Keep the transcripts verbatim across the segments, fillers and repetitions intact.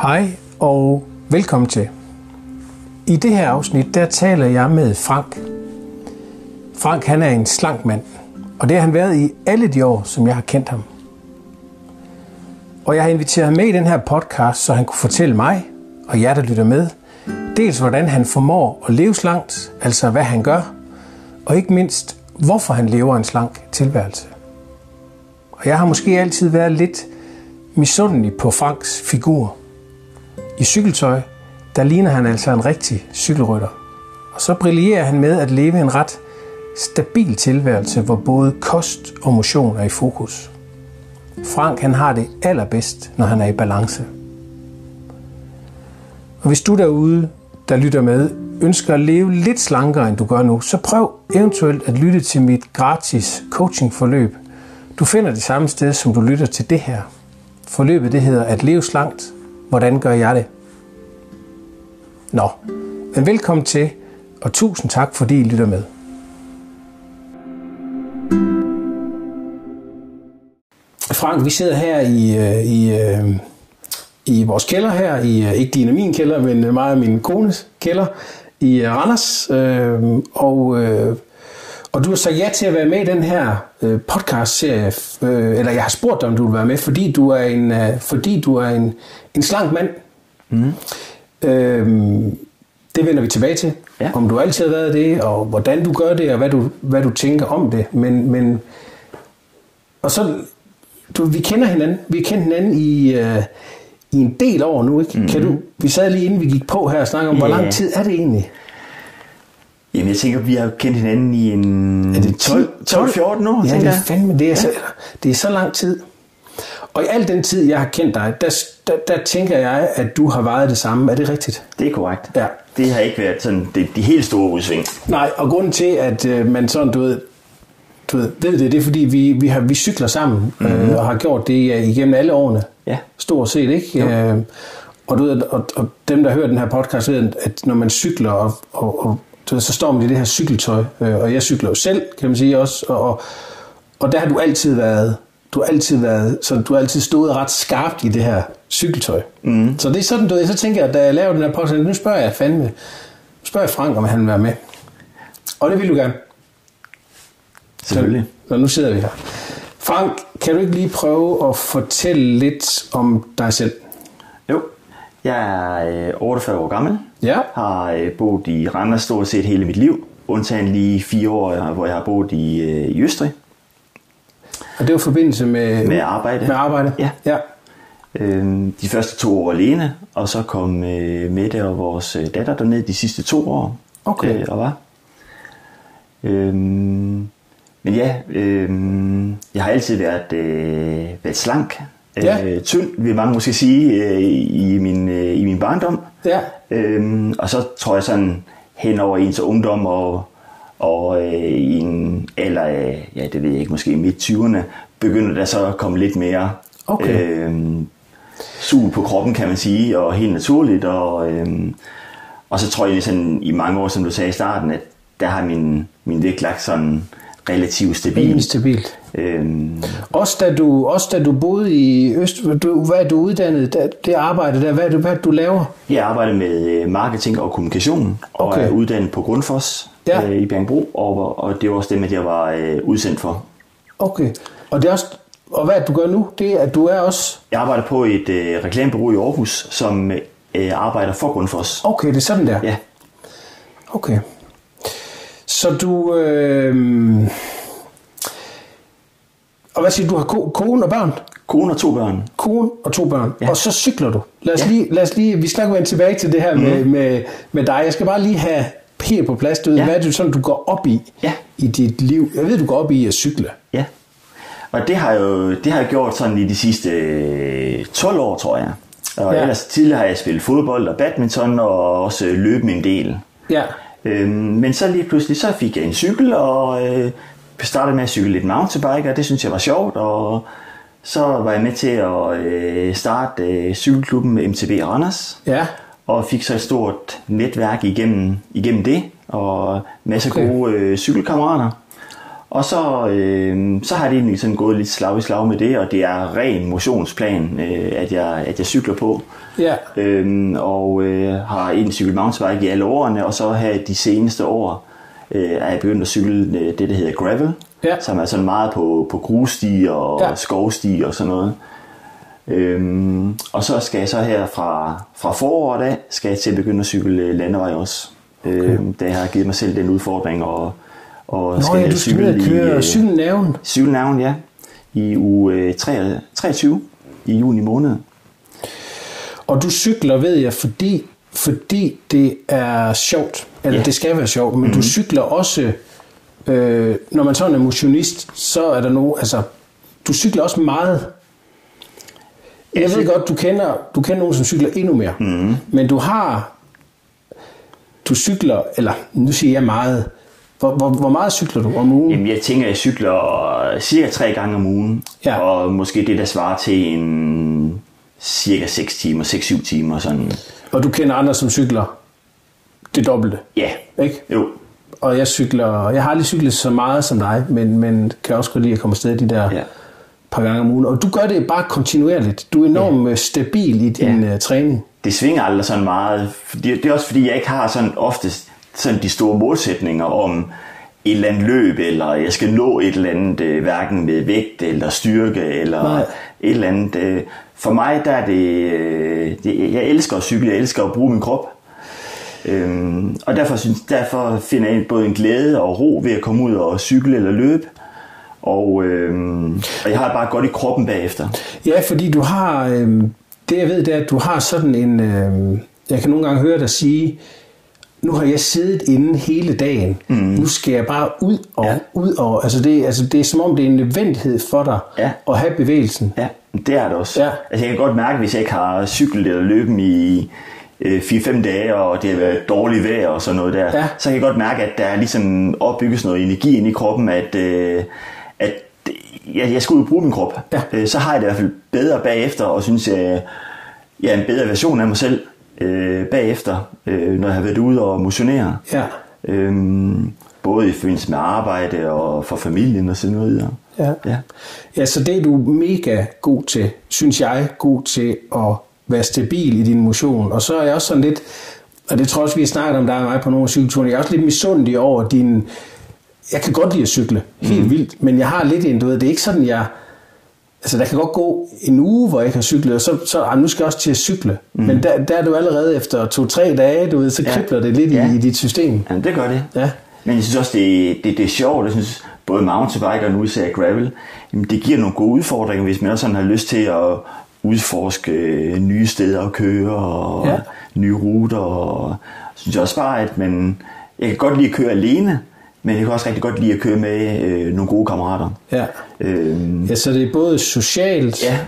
Hej og velkommen til. I det her afsnit, der taler jeg med Frank. Frank, han er en slank mand, og det har han været i alle de år, som jeg har kendt ham. Og jeg har inviteret ham med i den her podcast, så han kunne fortælle mig, og jer, der lytter med, dels hvordan han formår at leve slankt, altså hvad han gør, og ikke mindst, hvorfor han lever en slank tilværelse. Og jeg har måske altid været lidt misundelig på Franks figur. I cykeltøj, der ligner han altså en rigtig cykelrytter. Og så brillerer han med at leve en ret stabil tilværelse, hvor både kost og motion er i fokus. Frank, han har det allerbedst, når han er i balance. Og hvis du derude, der lytter med, ønsker at leve lidt slankere, end du gør nu, så prøv eventuelt at lytte til mit gratis coachingforløb. Du finder det samme sted, som du lytter til det her. Forløbet, det hedder At leve slankt. Hvordan gør jeg det? Nå, men velkommen til, og tusind tak, fordi I lytter med. Frank, vi sidder her i, i, i vores kælder her, i, ikke din og min kælder, men meget af min kones kælder, i Randers. Og, og du har sagt ja til at være med i den her podcast-serie, eller jeg har spurgt dig, om du vil være med, fordi du er en, fordi du er en, en slank mand. Mm. Øhm, det vender vi tilbage til, ja. Om du altid har været det, og hvordan du gør det, og hvad du, hvad du tænker om det. Men, men og så, du, vi kender hinanden, vi kender hinanden i, uh, i en del år nu, ikke? Mm. Kan du, vi sad lige inden vi gik på her og snakkede om, yeah. Hvor lang tid er det egentlig? Jamen jeg tænker, vi har kendt hinanden i en er det tolv fjorten år. Ja, det er fandme, det er, ja. så, det er så lang tid. Og i al den tid, jeg har kendt dig, der, der, der tænker jeg, at du har vejet det samme. Er det rigtigt? Det er korrekt. Ja. Det har ikke været sådan det, de helt store udsving. Nej, og grunden til, at øh, man sådan, du ved, du ved, ved det, det er fordi, vi, vi, har, vi cykler sammen, mm-hmm. øh, og har gjort det øh, igennem alle årene. Ja. Stort set, ikke? Øh, og, du ved, og, og dem, der hører den her podcast, ved, at når man cykler, og, og, og du ved, så står man i det her cykeltøj, øh, og jeg cykler jo selv, kan man sige også, og, og, og der har du altid været... Du har altid været, så du har altid stået ret skarpt i det her cykeltøj. Mm. Så det er sådan, du ved, så tænker jeg, da jeg laver den her podcast, nu spørger jeg fandme, nu spørger jeg Frank, om han vil være med. Og det vil du gerne. Selvfølgelig. Så, så nu sidder vi her. Frank, kan du ikke lige prøve at fortælle lidt om dig selv? Jo, jeg er otteogfyrre år gammel. Ja. Har boet i Randers stort set hele mit liv. Undtagen lige fire år, hvor jeg har boet i, i Østrig. Og det var i forbindelse med, med arbejde. Med arbejde? Ja. Ja. Øhm, de første to år alene, og så kom øh, Mette og vores datter derned de sidste to år. Okay. Øh, og var. Øhm, men ja, øh, jeg har altid været, øh, været slank. Ja. Øh, tynd, vil mange måske sige, øh, i, min, øh, i min barndom. Ja. Øhm, og så tror jeg sådan hen over ens ungdom og Og øh, i en alder af, ja det ved jeg ikke, måske midt tyverne, begynder der så at komme lidt mere okay. øh, sul på kroppen, kan man sige, og helt naturligt. Og, øh, og så tror jeg sådan i mange år, som du sagde i starten, at der har min, min vægt lagt sådan relativt stabilt. Helt stabilt. Øhm. Også, da du, også da du boede i Øst, du, hvad er du uddannet, der, det arbejde der, hvad er, du, hvad er du laver? Jeg arbejder med marketing og kommunikation, og okay. er uddannet på Grundfos. Ja. Øh, i Bjerringbro, og, og det var også det, jeg var øh, udsendt for. Okay, og det er også, og hvad du gør nu, det er, at du er også... Jeg arbejder på et øh, reklamebureau i Aarhus, som øh, arbejder for Grundfos. Okay, det er sådan der? Ja. Okay. Så du... Øh... Og hvad siger du, du har ko- kone og børn? Kone og to børn. Kone og to børn, ja. Og så cykler du. Lad os, ja. lige, lad os lige, vi snakker vende tilbage til det her mm. med, med, med dig. Jeg skal bare lige have... helt på plads, du ved, ja. Hvad er det sådan, du går op i ja. I dit liv? Jeg ved, du går op i at cykle. Ja, og det har, jo, det har jeg gjort sådan i de sidste tolv år, tror jeg. Og ja. Ellers tidligere har jeg spillet fodbold og badminton og også løbet en del. Ja. Øhm, men så lige pludselig, så fik jeg en cykel, og øh, startede med at cykle lidt mountainbike, og det synes jeg var sjovt, og så var jeg med til at øh, starte øh, cykelklubben med M T B Randers. Ja. Og fik så et stort netværk igennem, igennem det, og masser af okay. gode øh, cykelkammerater. Og så, øh, så har det egentlig sådan gået lidt slag i slag med det, og det er ren motionsplan, øh, at, jeg, at jeg cykler på. Ja. Øhm, og øh, har egentlig cyklet mountainbike i alle årene, og så her de seneste år øh, er jeg begyndt at cykle øh, det, der hedder gravel, ja. Som er sådan meget på, på grusstier og ja. Skovstier og sådan noget. Øhm, og så skal jeg så her fra, fra foråret af, skal jeg til at begynde at cykle landevej også. Okay. Øhm, det har givet mig selv den udfordring, og, og Nå, skal ja, du cykle skal køre øh, cykelnævn. Cykelnævn, ja. I uge øh, treogtyve i juni måned. Og du cykler, ved jeg, fordi, fordi det er sjovt, eller ja. Det skal være sjovt, men mm-hmm. du cykler også, øh, når man sådan er motionist, så er der noget, altså, du cykler også meget. Jeg ved godt, du kender, du kender nogen, som cykler endnu mere, mm-hmm. men du har, du cykler, eller nu siger jeg meget, hvor, hvor, hvor meget cykler du om ugen? Jamen, jeg tænker, jeg cykler cirka tre gange om ugen, ja. Og måske det, der svarer til en cirka seks timer, seks syv timer sådan. Og du kender andre, som cykler det dobbelte? Ja. Ikke? Jo. Og jeg cykler, jeg har aldrig cyklet så meget som dig, men, men kan også godt lide at komme afsted de der ja. par gange om ugen. Og du gør det bare kontinuerligt. Du er enormt ja. stabil i din ja. uh, træning. Det svinger aldrig sådan meget. Det er også fordi, jeg ikke har sådan oftest sådan de store målsætninger om et eller andet løb, eller jeg skal nå et eller andet, øh, hverken med vægt eller styrke, eller Nej. et eller andet. Øh. For mig, der er det, øh, det, jeg elsker at cykle, jeg elsker at bruge min krop. Øhm, og derfor, synes, derfor finder jeg både en glæde og ro ved at komme ud og cykle eller løbe. Og, øhm, og jeg har bare godt i kroppen bagefter. Ja, fordi du har, øh, det jeg ved, det er, at du har sådan en, øh, jeg kan nogle gange høre dig sige, nu har jeg siddet inde hele dagen. Mm. Nu skal jeg bare ud og ja. ud og altså det, altså det er som om det er en nødvendighed for dig ja. at have bevægelsen. Ja, det er det også. Ja. Altså jeg kan godt mærke, hvis jeg ikke har cyklet eller løbet i øh, fire fem dage, og det har været dårligt vejr og sådan noget der, ja. Så kan jeg godt mærke, at der ligesom opbygges noget energi ind i kroppen, at, øh, at jeg, jeg skal ud og bruge min krop. Ja. Øh, så har jeg det i hvert fald bedre bagefter, og synes jeg, jeg er en bedre version af mig selv. Øh, bagefter, øh, når jeg har været ude og motionere. Ja. Øhm, både i forbindelse med arbejde og for familien og sådan noget. Ja. Ja. Ja, så det er du mega god til, synes jeg, god til at være stabil i din motion. Og så er jeg også sådan lidt, og det tror jeg også, vi har snakket om dig og mig på nogle cykelture, jeg er også lidt misundelig over din, jeg kan godt lide at cykle, helt mm. vildt, men jeg har lidt en, du ved, det er ikke sådan, jeg, altså der kan godt gå en uge, hvor jeg kan cykle, og så, så ah, nu skal jeg også til at cykle. Mm. Men der, der er du allerede efter to-tre dage, du ved, så kribler ja. det lidt ja. i, i dit system. Ja, det gør det. Ja. Men jeg synes også, det, det, det er sjovt. Jeg synes, både mountainbike og nu især gravel, jamen, det giver nogle gode udfordringer, hvis man også sådan har lyst til at udforske nye steder at køre, og ja. nye ruter. Og jeg synes også bare, at man, jeg kan godt lide at køre alene, men jeg kan også rigtig godt lide at køre med øh, nogle gode kammerater. Ja. Øhm. ja, så det er både socialt, ja.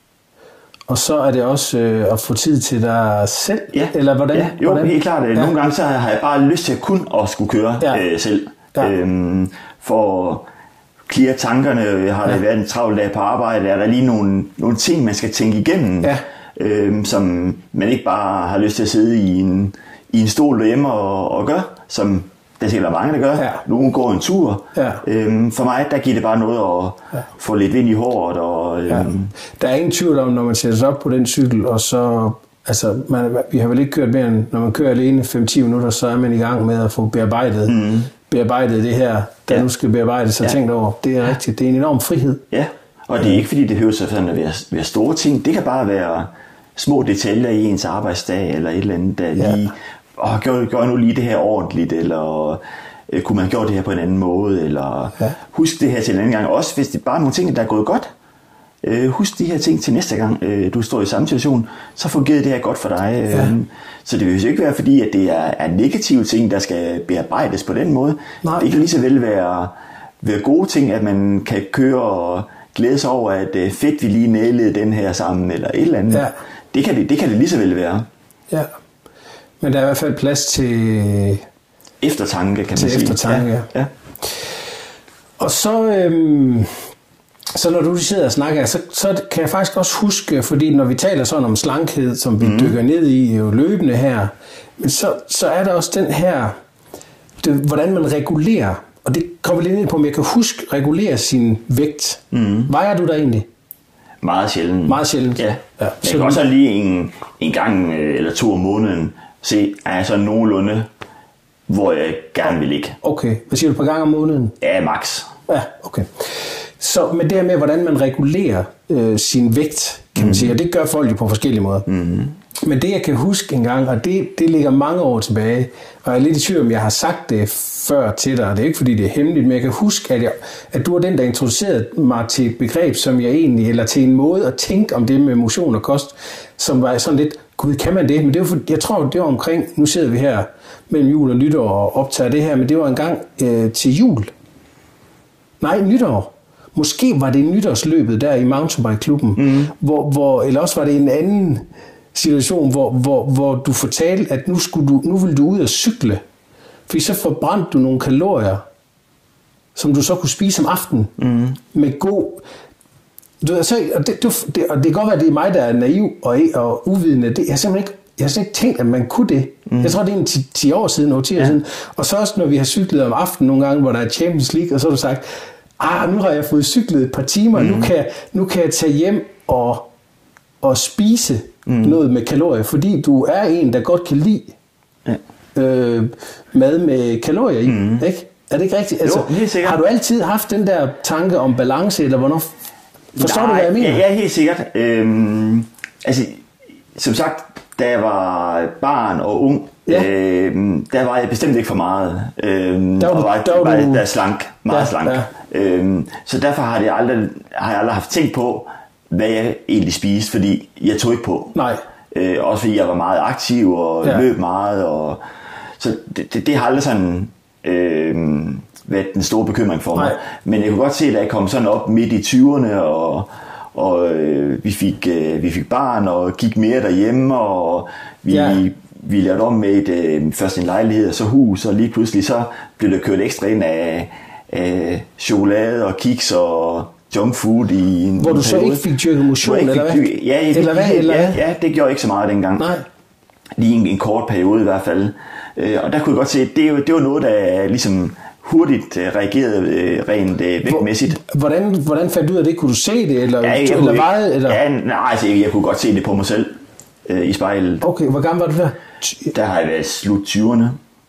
og så er det også øh, at få tid til dig selv, ja. eller hvordan? Ja, jo, hvordan? helt klart. Ja. Nogle gange så har jeg bare lyst til at kun at skulle køre ja. øh, selv. Ja. Øhm, for at clear tankerne. Har ja. det været en travl dag på arbejde? Er der lige nogle, nogle ting, man skal tænke igennem, ja. øhm, som man ikke bare har lyst til at sidde i en, i en stol derhjemme og, og gøre, som det er sikkert mange, der gør. Ja. Nogen går en tur. Ja. Øhm, for mig, der giver det bare noget at ja. få lidt vind i håret. Og, øhm. ja. Der er ingen tvivl om, når man sætter sig op på den cykel, og så, altså, man, vi har vel ikke kørt mere end, når man kører alene fem til ti minutter, så er man i gang med at få bearbejdet, mm. bearbejdet det her, der ja. nu skal bearbejdes og ja. tænkt over. Det er rigtigt. Det er en enorm frihed. Ja, og det er ikke fordi, det behøver sådan at være, være store ting. Det kan bare være små detaljer i ens arbejdsdag, eller et eller andet, der ja. lige... og gør, gør nu lige det her ordentligt, eller øh, kunne man gøre det her på en anden måde, eller ja. husk det her til en anden gang. Også hvis det er bare nogle ting, der er gået godt. Øh, husk de her ting til næste gang, øh, du står i samme situation, så fungerer det her godt for dig. Øh, ja. Så det vil jo ikke være fordi, at det er, er negative ting, der skal bearbejdes på den måde. Nej. Det kan lige så vel være, være gode ting, at man kan køre og glæde sig over, at øh, fedt, vi lige nælede den her sammen, eller et eller andet. Ja. Det, kan det, det kan det lige så vel være. Ja. Men der er i hvert fald plads til eftertanke, kan man til sige. Eftertanke, ja. ja. Og så, øhm, så når du sidder og snakker, så, så kan jeg faktisk også huske, fordi når vi taler sådan om slankhed, som vi mm. dykker ned i jo løbende her, så, så er der også den her, det, hvordan man regulerer og det kommer lidt ind på, om jeg kan huske regulere sin vægt. Mm. Vejer du der egentlig? Meget sjældent. Meget sjældent? Ja. ja. Jeg kan også lige en, en gang eller to om måneden se, er jeg så nogenlunde, hvor jeg gerne vil ligge. Okay. Hvad siger du, på gang om måneden? Ja, max. Ja, okay. Så med det her med, hvordan man regulerer øh, sin vægt, kan man mm. sige, og det gør folk jo på forskellige måder. Mm. Men det, jeg kan huske en gang, og det, det ligger mange år tilbage, og jeg er lidt i tvivl, om jeg har sagt det før til dig, og det er ikke, fordi det er hemmeligt, men jeg kan huske, at, jeg, at du var den, der introducerede mig til et begreb, som jeg egentlig, eller til en måde at tænke om det med motion og kost, som var sådan lidt, gud, kan man det? Men det var, jeg tror, det var omkring, nu sidder vi her mellem jul og nytår og optager det her, men det var en gang øh, til jul. Nej, nytår. Måske var det nytårsløbet der i mountainbike-klubben, mm. hvor, hvor, eller også var det en anden situation, hvor, hvor, hvor du fortalte, at nu, skulle du, nu ville du ud og cykle, fordi så forbrændte du nogle kalorier, som du så kunne spise om aftenen, mm. med god... Du, altså, og, det, det, og det kan godt være, at det er mig, der er naiv og, og uvidende. Det, jeg har simpelthen ikke, jeg har simpelthen ikke tænkt, at man kunne det. Mm. Jeg tror, det er en ti, ti år siden, otte ja. siden. Og så også, når vi har cyklet om aftenen nogle gange, hvor der er Champions League, og så har du sagt, ah, nu har jeg fået cyklet et par timer, mm. nu, kan, nu kan jeg tage hjem og, og spise mm. noget med kalorier, fordi du er en, der godt kan lide ja. øh, mad med kalorier i, mm. ikke? Er det ikke rigtigt? Altså, jo, helt sikkert. Har du altid haft den der tanke om balance, eller hvornår? Forstår Nej, du, hvad jeg mener? Ja, helt sikkert. Øhm, altså, som sagt, da jeg var barn og ung, ja. øhm, der var jeg bestemt ikke for meget. Øhm, der var, og var, der var, var du... der slank, meget ja, slank. Ja. Øhm, så derfor har, det aldrig, har jeg aldrig haft tænkt på, hvad jeg egentlig spiste, fordi jeg tog ikke på. Nej. Øh, også fordi jeg var meget aktiv og ja. løb meget. Og, så det, det, det har aldrig sådan... Øhm, været den store bekymring for mig. Nej. Men jeg kunne godt se, at jeg kom sådan op midt i tyverne, og, og øh, vi, fik, øh, vi fik barn, og gik mere derhjemme, og vi, ja. vi lavede om med et, øh, først en lejlighed, og så hus, og lige pludselig så blev der kørt ekstra ind af, af chokolade og kiks og junk food i en Hvor du så ikke fik dyrket motion, eller hvad? Dyr, ja, jeg, eller hvad? Eller ja, ja, det gjorde ikke så meget dengang. Nej. Lige en, en kort periode i hvert fald. Øh, og der kunne jeg godt se, at det, det var noget, der ligesom hurtigt uh, reagerede uh, rent uh, vægtmæssigt. Hvordan, hvordan fandt du ud af det? Kunne du se det? Eller, ja, eller kunne, vejet, eller? Ja, nej, altså, jeg, jeg kunne godt se det på mig selv uh, i spejlet. Okay, hvor gammel var du der? Der har jeg været slut tyverne.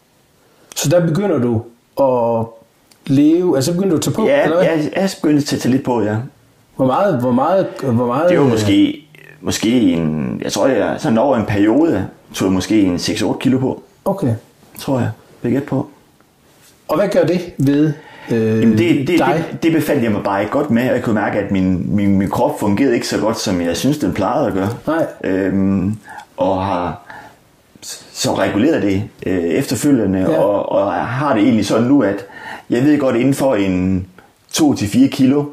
Så der begynder du at leve, altså begynder du at tage på? Ja, eller hvad? jeg, jeg begyndte at tage lidt på, ja. Hvor meget? Hvor meget, hvor meget det var måske, måske en, jeg tror, jeg sådan over en periode, tog jeg måske en seks otte kilo på. Okay. Tror jeg, vil jeg gætte på. Og hvad gør det ved øh, Jamen det, det, dig? Det, det befandt jeg mig bare ikke godt med, og jeg kunne mærke, at min, min, min krop fungerede ikke så godt, som jeg synes, den plejede at gøre. Nej. Øhm, og har så reguleret det øh, efterfølgende, ja. og, og har det egentlig sådan nu, at jeg ved godt, inden for en to til fire kilo,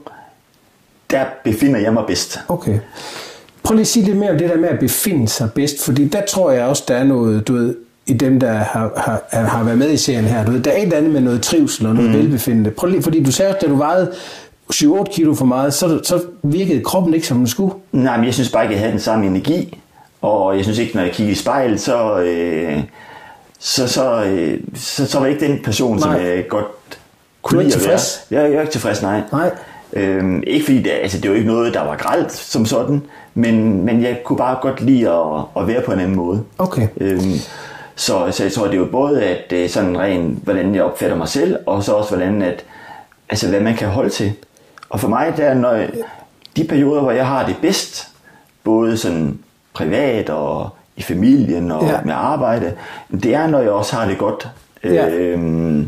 der befinder jeg mig bedst. Okay. Prøv lige at sige lidt mere om det der med at befinde sig bedst, fordi der tror jeg også, der er noget, du ved, i dem, der har, har, har været med i serien her. Du ved, der er et eller andet med noget trivsel og noget mm. velbefindende. Prøv lige, fordi du sagde, da du vejede syv otte kilo for meget, så, så virkede kroppen ikke, som den skulle. Nej, men jeg synes bare ikke, jeg havde den samme energi. Og jeg synes ikke, når jeg kiggede i spejlet, så, øh, så, så, øh, så, så var jeg ikke den person, nej. Som jeg godt kunne lide at være. Jeg, jeg er ikke tilfreds, nej. nej. Øhm, ikke fordi det, altså, det var ikke noget, der var grelt som sådan, men, men jeg kunne bare godt lide at, at være på en anden måde. Okay. Øhm, så, så jeg tror, det er jo både at sådan rent, hvordan jeg opfatter mig selv, og så også hvordan at, altså hvad man kan holde til. Og for mig, der når jeg, de perioder, hvor jeg har det bedst, både sådan privat og i familien og ja. Med arbejde, det er, når jeg også har det godt. Ja. Øhm,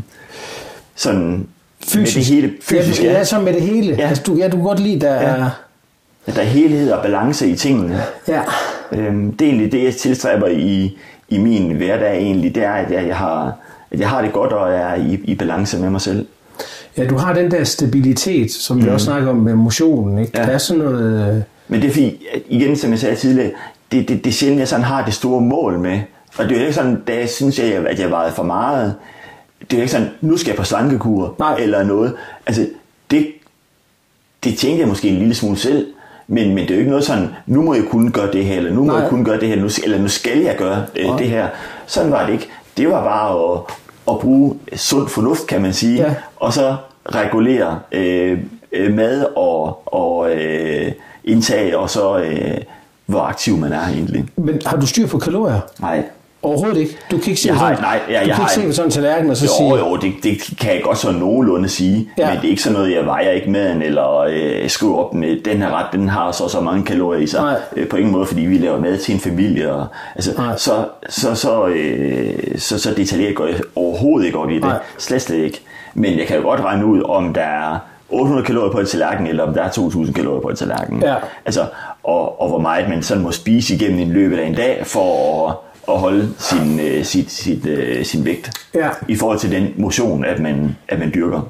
sådan fysisk. Med det hele. Fysisk, ja, ja, så med det hele. Ja. Altså, du, ja, du kan godt lide, der ja. er... Der er helhed og balance i tingene. Ja. Øhm, det er egentlig det, jeg tilstræber i, i min hverdag egentlig, det er, at jeg, jeg, har, at jeg har det godt, og jeg er i, i balance med mig selv. Ja, du har den der stabilitet, som vi mm. også snakker om med emotionen, ikke? Ja. Der er sådan noget... Men det er fordi, igen, som jeg sagde tidligere, det, det, det er sjældent, jeg sådan har det store mål med. Og det er jo ikke sådan, da jeg synes, jeg, at jeg vejede for meget, det er jo ikke sådan, nu skal jeg på slankekur, nej. Eller noget. Altså, det, det tænkte jeg måske en lille smule selv, men, men det er jo ikke noget sådan, nu må jeg kunne gøre det her, eller nu må nej. Jeg kunne gøre det her, nu, eller nu skal jeg gøre øh, det her. Sådan var det ikke. Det var bare at, at bruge sund fornuft, kan man sige, ja. og så regulere øh, mad og, og øh, indtag, og så øh, hvor aktiv man er egentlig. Men har du styr på kalorier? Nej. Overhovedet ikke? Du kan ikke se jeg har, sådan, nej, jeg, du jeg kan har, ikke se på sådan en tallerken og så jo, sige... Jo, jo, det, det kan jeg godt så nogenlunde sige, ja. Men det er ikke sådan noget, jeg vejer ikke maden, eller øh, skriver op med, den her ret, den har så så mange kalorier i sig. Øh, på ingen måde, fordi vi laver mad til en familie. Og, altså, så, så, så, øh, så, så detaljeret går jeg overhovedet ikke op i det. Nej. Slet slet ikke. Men jeg kan jo godt regne ud, om der er otte hundrede kalorier på et tallerken, eller om der er to tusind kalorier på et tallerken. Ja. Altså, og, og hvor meget man sådan må spise igennem en løbet af en dag, for at, at holde sin, øh, sit, sit, øh, sin vægt. Ja. I forhold til den motion, at man, at man dyrker.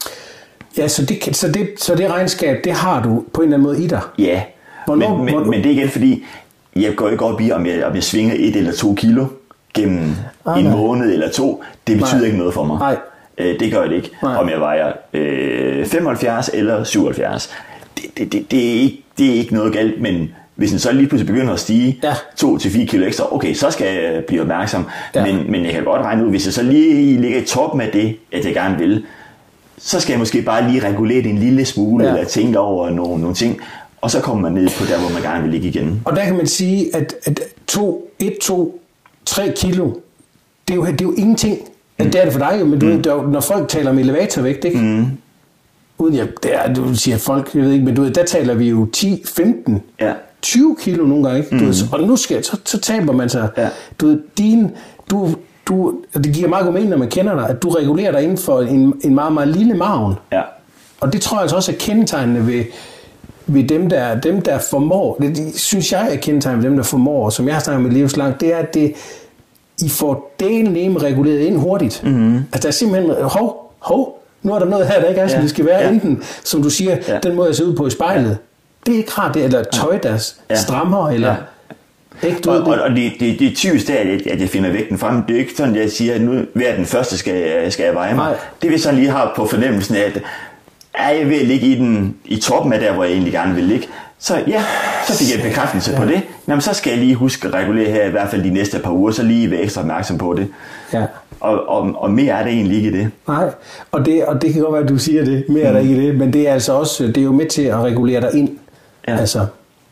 Ja, så det, så, det, så det regnskab, det har du på en eller anden måde i dig? Ja, Hvornår, men, men, hvor... men det er igen, fordi jeg går ikke op i, om jeg, om jeg svinger et eller to kilo gennem ah, en nej. måned eller to. Det betyder nej. ikke noget for mig. Nej. Det gør det ikke, nej. Om jeg vejer øh, femoghalvfjerds eller syvoghalvfjerds. Det, det, det, det, er ikke, det er ikke noget galt, men hvis den så lige pludselig begynder at stige ja. to til fire kilo ekstra, okay, så skal jeg blive opmærksom. Ja. Men, men jeg kan godt regne ud, hvis jeg så lige ligger i toppen af det, at jeg gerne vil, så skal jeg måske bare lige regulere det en lille smule, ja. eller tænke over nogle, nogle ting, og så kommer man ned på der, hvor man gerne vil ligge igen. Og der kan man sige, at, at to, et, to, tre kilo, det er jo, det er jo ingenting. Mm. Det er det for dig jo, men du, mm. der, når folk taler om elevatorvægt, ikke? Mm. Uden jeg, det er, du siger folk, jeg ved ikke, men du ved, der taler vi jo ti, femten, ja. tyve kilo nogle gange, ikke? Mm. Du ved, og nu skal, så, så taber man sig. Ja. Du ved, din, du, du, det giver meget god mening, når man kender dig, at du regulerer dig inden for en, en meget, meget lille margen. Ja. Og det tror jeg altså også er kendetegnende ved, ved dem, der, dem, der formår, det, det synes jeg er kendetegnende ved dem, der formår, som jeg har snakket med livslangt, det er, at det I får delen nemme reguleret ind hurtigt. Mm-hmm. Altså der er simpelthen, hov, hov, nu er der noget her, der ikke er, som ja. det skal være. Ja. Enten, som du siger, ja. den måde jeg ser ud på i spejlet. Ja. Det er ikke rart, det, eller tøj, der ja. strammer, eller... Ja. Ikke, du og, og, og det, det, det typisk er, at, at jeg finder vægten frem. Det er ikke sådan, at jeg siger, at nu hver den første skal, skal jeg veje mig. Nej. Det vil sådan lige have på fornemmelsen af, at er jeg ved at ligge i, den, i toppen af der, hvor jeg egentlig gerne vil ligge. Så ja, så fik jeg bekræftelse ja. på det. Jamen, så skal jeg lige huske at regulere her, i hvert fald de næste par uger, så lige være ekstra opmærksom på det. Ja. Og, og, og mere er det egentlig ikke i det. Nej, og det, og det kan godt være, at du siger det. Mere mm. er der ikke i det, men det er altså også, det er jo med til at regulere dig ind. Ja. Altså,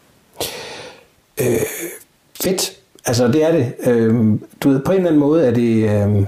øh, fedt. Altså, det er det. Øh, du ved, på en eller anden måde er det... Øh,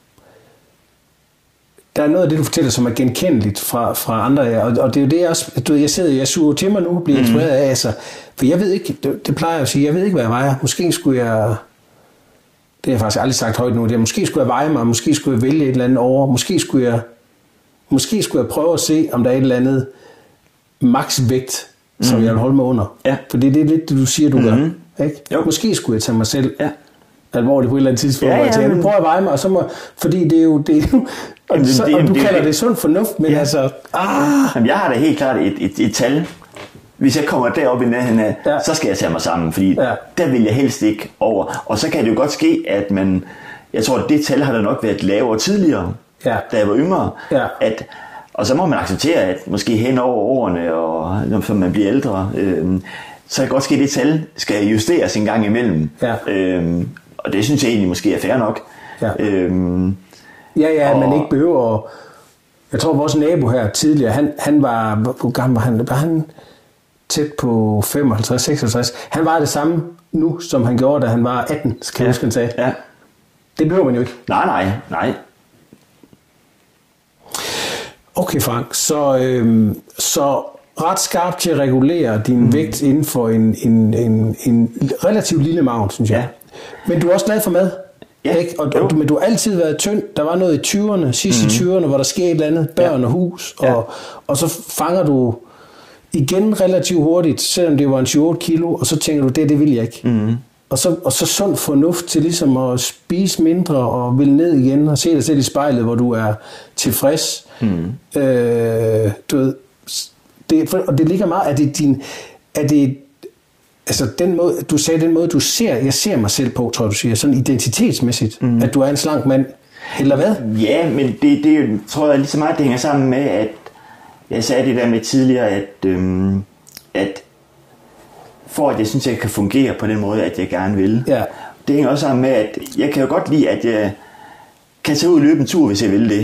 der er noget af det, du fortæller, som er genkendeligt fra, fra andre, og, og det er jo det, jeg også, du ved, jeg sidder, jeg suger til mig nu, og bliver mm. inspireret af, altså, for jeg ved ikke, det, det plejer jeg at sige, jeg ved ikke, hvad jeg vejer, måske skulle jeg, det har jeg faktisk aldrig sagt højt nu, det er, måske skulle jeg veje mig, måske skulle jeg vælge et eller andet over, måske skulle jeg, måske skulle jeg prøve at se, om der er et eller andet maksvægt, som mm. jeg vil holde mig under, ja. For det, det er lidt det, du siger, du mm-hmm. gør, ikke? Jo. Måske skulle jeg tage mig selv ja. alvorligt på et eller andet tidspunkt, ja, ja, hvor jeg tænker, prøver at veje mig, og så må, fordi det er jo, det er jo og, jamen, så, det, og du det, kalder det, det sund fornuft, men ja. altså... Ah. Jamen, jeg har da helt klart et, et, et tal. Hvis jeg kommer derop i nærheden af, ja. så skal jeg tage mig sammen, fordi ja. der vil jeg helst ikke over. Og så kan det jo godt ske, at man... Jeg tror, at det tal har da nok været lavere tidligere, ja. da jeg var yngre. Ja. At, og så må man acceptere, at måske hen over årene, og når man bliver ældre, øh, så kan det godt ske, at det tal skal justeres en gang imellem. Ja. Øh, og det synes jeg egentlig måske er fair nok. Ja. Øh, Ja, ja, og... man ikke behøver at... Jeg tror, vores nabo her tidligere, han, han var... Hvor gammel var han? Var han tæt på femoghalvtreds seksoghalvtreds? Han var det samme nu, som han gjorde, da han var atten, kan jeg huske, han sagde. Ja. Det behøver man jo ikke. Nej, nej, nej. Okay, Frank. Så, øhm, så ret skarpt til at regulere din mm. vægt inden for en, en, en, en relativt lille margen, synes jeg. Ja. Men du er også glad for mad. Ja, ikke? Og, og, men du har altid været tynd. Der var noget i tyverne, sidst mm-hmm. i tyverne, hvor der skete et eller andet, børn ja. og hus, og, ja. og så fanger du igen relativt hurtigt, selvom det var en syv otte kilo, og så tænker du, det det vil jeg ikke. Mm-hmm. Og, så, og så sund fornuft til ligesom at spise mindre og vil ned igen og se dig selv i spejlet, hvor du er tilfreds. Mm. Øh, du ved, det, og det ligger meget, at det din, at det altså den måde, du sagde den måde, du ser, jeg ser mig selv på, tror jeg, du siger, sådan identitetsmæssigt, mm. at du er en slank mand, eller hvad? Ja, men det, det tror jeg lige så meget, det hænger sammen med, at jeg sagde det der med tidligere, at, øhm, at for at jeg synes, jeg kan fungere på den måde, at jeg gerne vil. Ja. Det hænger også sammen med, at jeg kan jo godt lide, at jeg kan tage ud og løbe en tur, hvis jeg vil det.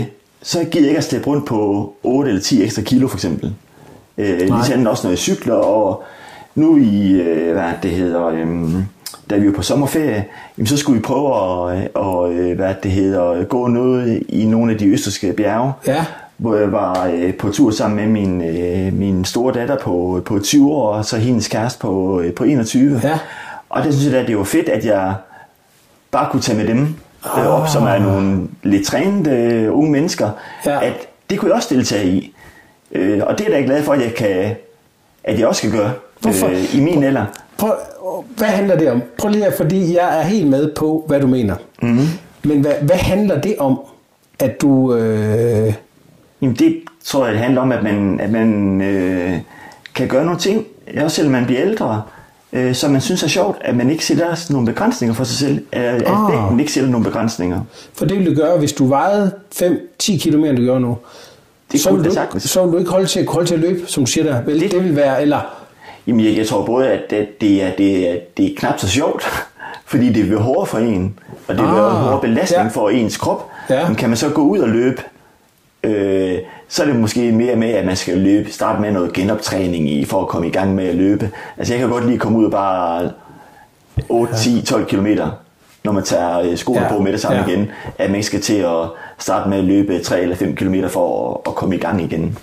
så gider jeg ikke at steppe rundt på otte eller ti ekstra kilo for eksempel. Øh, vi sender også noget cykler, og nu i, øh, hvad det hedder, øh, da vi var på sommerferie, jamen, så skulle vi prøve at, og, hvad det hedder, gå noget i nogle af de østrigske bjerge, ja. Hvor jeg var øh, på tur sammen med min, øh, min store datter på, på tyve år, og så hendes kæreste på, øh, på enogtyve. Ja. Og det synes jeg, at det var fedt, at jeg bare kunne tage med dem øh, op, oh. som er nogle lidt trænede øh, unge mennesker, ja. At det kunne jeg også deltage i. Øh, og det er jeg da glad for, at jeg, kan, at jeg også kan gøre øh, i min alder. Prøv, hvad handler det om? Prøv lige, fordi jeg er helt med på, hvad du mener. Mm-hmm. Men hvad, hvad handler det om, at du... Øh... Jamen det tror jeg, det handler om, at man, at man øh, kan gøre nogle ting, også selvom man bliver ældre, øh, som man synes er sjovt, at man ikke sætter nogle begrænsninger for sig selv, at oh. vægten ikke sætter nogle begrænsninger. For det ville du gøre, hvis du vejede fem til ti kilo mere, end du gør nu. Det så, vil du, så vil du ikke holde til, holde til at løbe, som du siger der. Vel, det, det vil være, eller... Jamen jeg, jeg tror både, at, at det, er, det, er, det er knap så sjovt, fordi det vil hårdt for en, og det vil være ah, hård belastning ja. For ens krop. Ja. Men kan man så gå ud og løbe, øh, så er det måske mere med, at man skal løbe, starte med noget genoptræning i, for at komme i gang med at løbe. Altså jeg kan godt lige komme ud og bare otte, ti, tolv kilometer, når man tager skoene ja. På med det samme ja. Igen, at man ikke skal til at starte med at løbe tre eller fem kilometer for at, at komme i gang igen.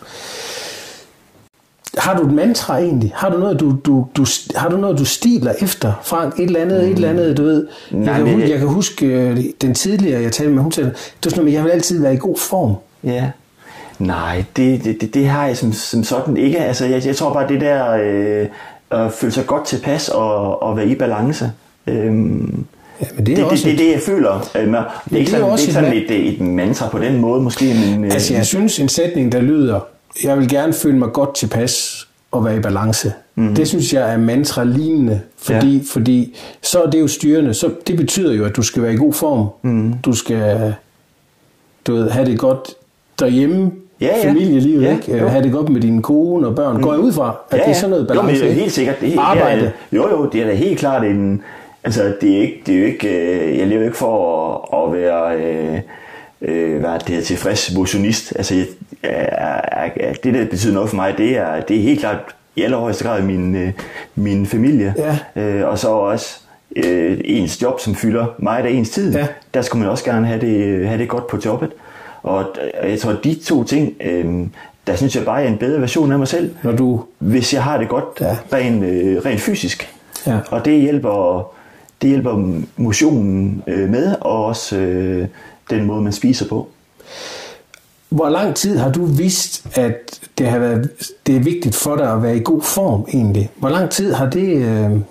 Har du et mantra egentlig? Har du noget, du, du, du, har du noget, du stiler efter, Frank? Et eller andet, mm. et eller andet, du ved. Nej, jeg, kan huske, jeg kan huske den tidligere, jeg talte med, hun sagde, det var sådan noget, jeg vil altid være i god form. Ja. Nej, det, det, det, det har jeg som, som sådan ikke. Altså, jeg, jeg tror bare, det der øh, at føle sig godt tilpas og, og være i balance. Øhm, ja, men det er det, også det, et... det, det, jeg føler. Øh, det er ikke sådan, det er ikke sådan et, et, et mantra på den måde, måske. Men, øh... Altså, jeg synes, en sætning, der lyder, jeg vil gerne føle mig godt tilpas og være i balance. Mm. Det synes jeg er mantra-lignende, fordi, ja. Fordi så er det jo styrende. Så det betyder jo, at du skal være i god form. Mm. Du skal du ved, have det godt derhjemme, ja, ja. Familielivet, ja, ikke? Have det godt med dine kone og børn. Mm. Går jeg ud fra, at ja, ja. Det er sådan noget balance? Jo, men helt sikkert. Det er, arbejde. Det er, jo, jo, det er da helt klart en... Altså, det er ikke... Det er jo ikke øh, jeg lever ikke for at, at være... Øh, øh, hvad det er, tilfreds motionist. Altså, jeg, jeg, jeg, det der betyder noget for mig, det er, det er helt klart i allerhøjeste grad min, øh, min familie. Ja. Øh, og så også øh, ens job, som fylder meget af ens tid. Ja. Der skal man også gerne have det, have det godt på jobbet. Og jeg tror, de to ting, øh, der synes jeg bare, jeg er en bedre version af mig selv. Når du... Hvis jeg har det godt ja. rent, øh, rent fysisk. Ja. Og det hjælper, det hjælper motionen øh, med, og også øh, den måde, man spiser på. Hvor lang tid har du vidst, at det, har været, det er vigtigt for dig at være i god form egentlig? Hvor lang tid har det... Øh, mm.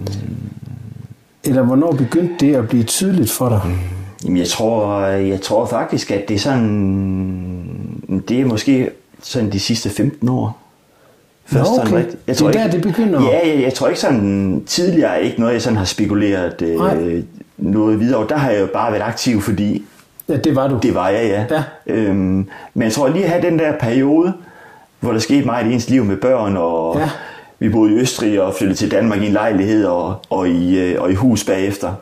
Eller hvornår begyndte det at blive tydeligt for dig? Mm. Jamen, jeg tror, jeg tror faktisk, at det er sådan... Det er måske sådan de sidste femten år. Først Nå, okay. Sådan, jeg tror det er der, det begynder? Ja, jeg, jeg tror ikke sådan... Tidligere ikke noget, jeg sådan har spekuleret øh, noget videre. Og der har jeg jo bare været aktiv, fordi... Ja, det var du. Det var jeg, ja. ja. Øhm, men jeg tror lige at have den der periode, hvor der skete meget i ens liv med børn, og ja. Vi boede i Østrig og flyttede til Danmark i en lejlighed og, og, i, og i hus bagefter.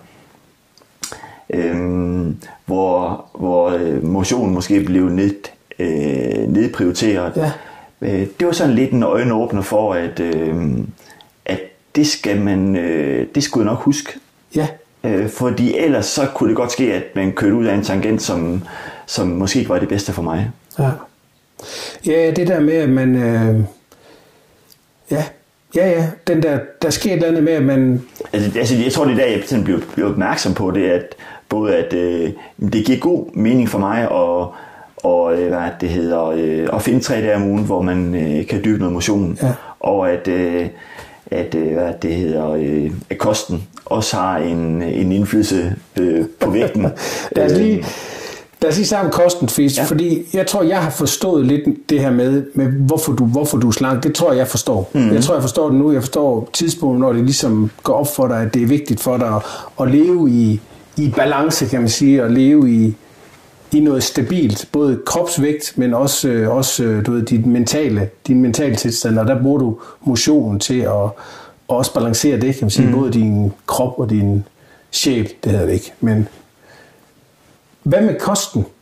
Øhm, hvor, hvor motionen måske blev ned, øh, nedprioriteret. Ja. Øh, det var sådan lidt en øjenåbner for, at, øh, at det skal man, øh, det skulle jeg nok huske. Ja. Øh, fordi ellers så kunne det godt ske, at man kørte ud af en tangent, som, som måske ikke var det bedste for mig. Ja, ja det der med, at man... Øh, ja, ja, ja, den der, der sker et eller andet med, at man... Altså, altså jeg tror, det er der, jeg blev, blev opmærksom på det, at både at øh, det giver god mening for mig at, og, øh, hvad det hedder, øh, at finde tre dage om ugen, hvor man øh, kan dyrke noget motion, ja. Og at, øh, at, øh, hvad det hedder, øh, at kosten også har en, en indflydelse øh, på vægten. lad os lige, lad os lige sammen kosten, Fis, ja. Fordi jeg tror, jeg har forstået lidt det her med, med hvorfor, du, hvorfor du er slank. Det tror jeg, jeg forstår. Mm-hmm. Jeg tror, jeg forstår det nu. Jeg forstår tidspunktet, når det ligesom går op for dig, at det er vigtigt for dig at, at leve i, i balance, kan man sige, og leve i, i noget stabilt. Både kropsvægt, men også, også du ved, dit mentale, din mentale tilstand, og der bruger du motionen til at og også balancere det, kan man sige, mm. både din krop og din sjæl, det hedder det ikke. Men hvad med kosten?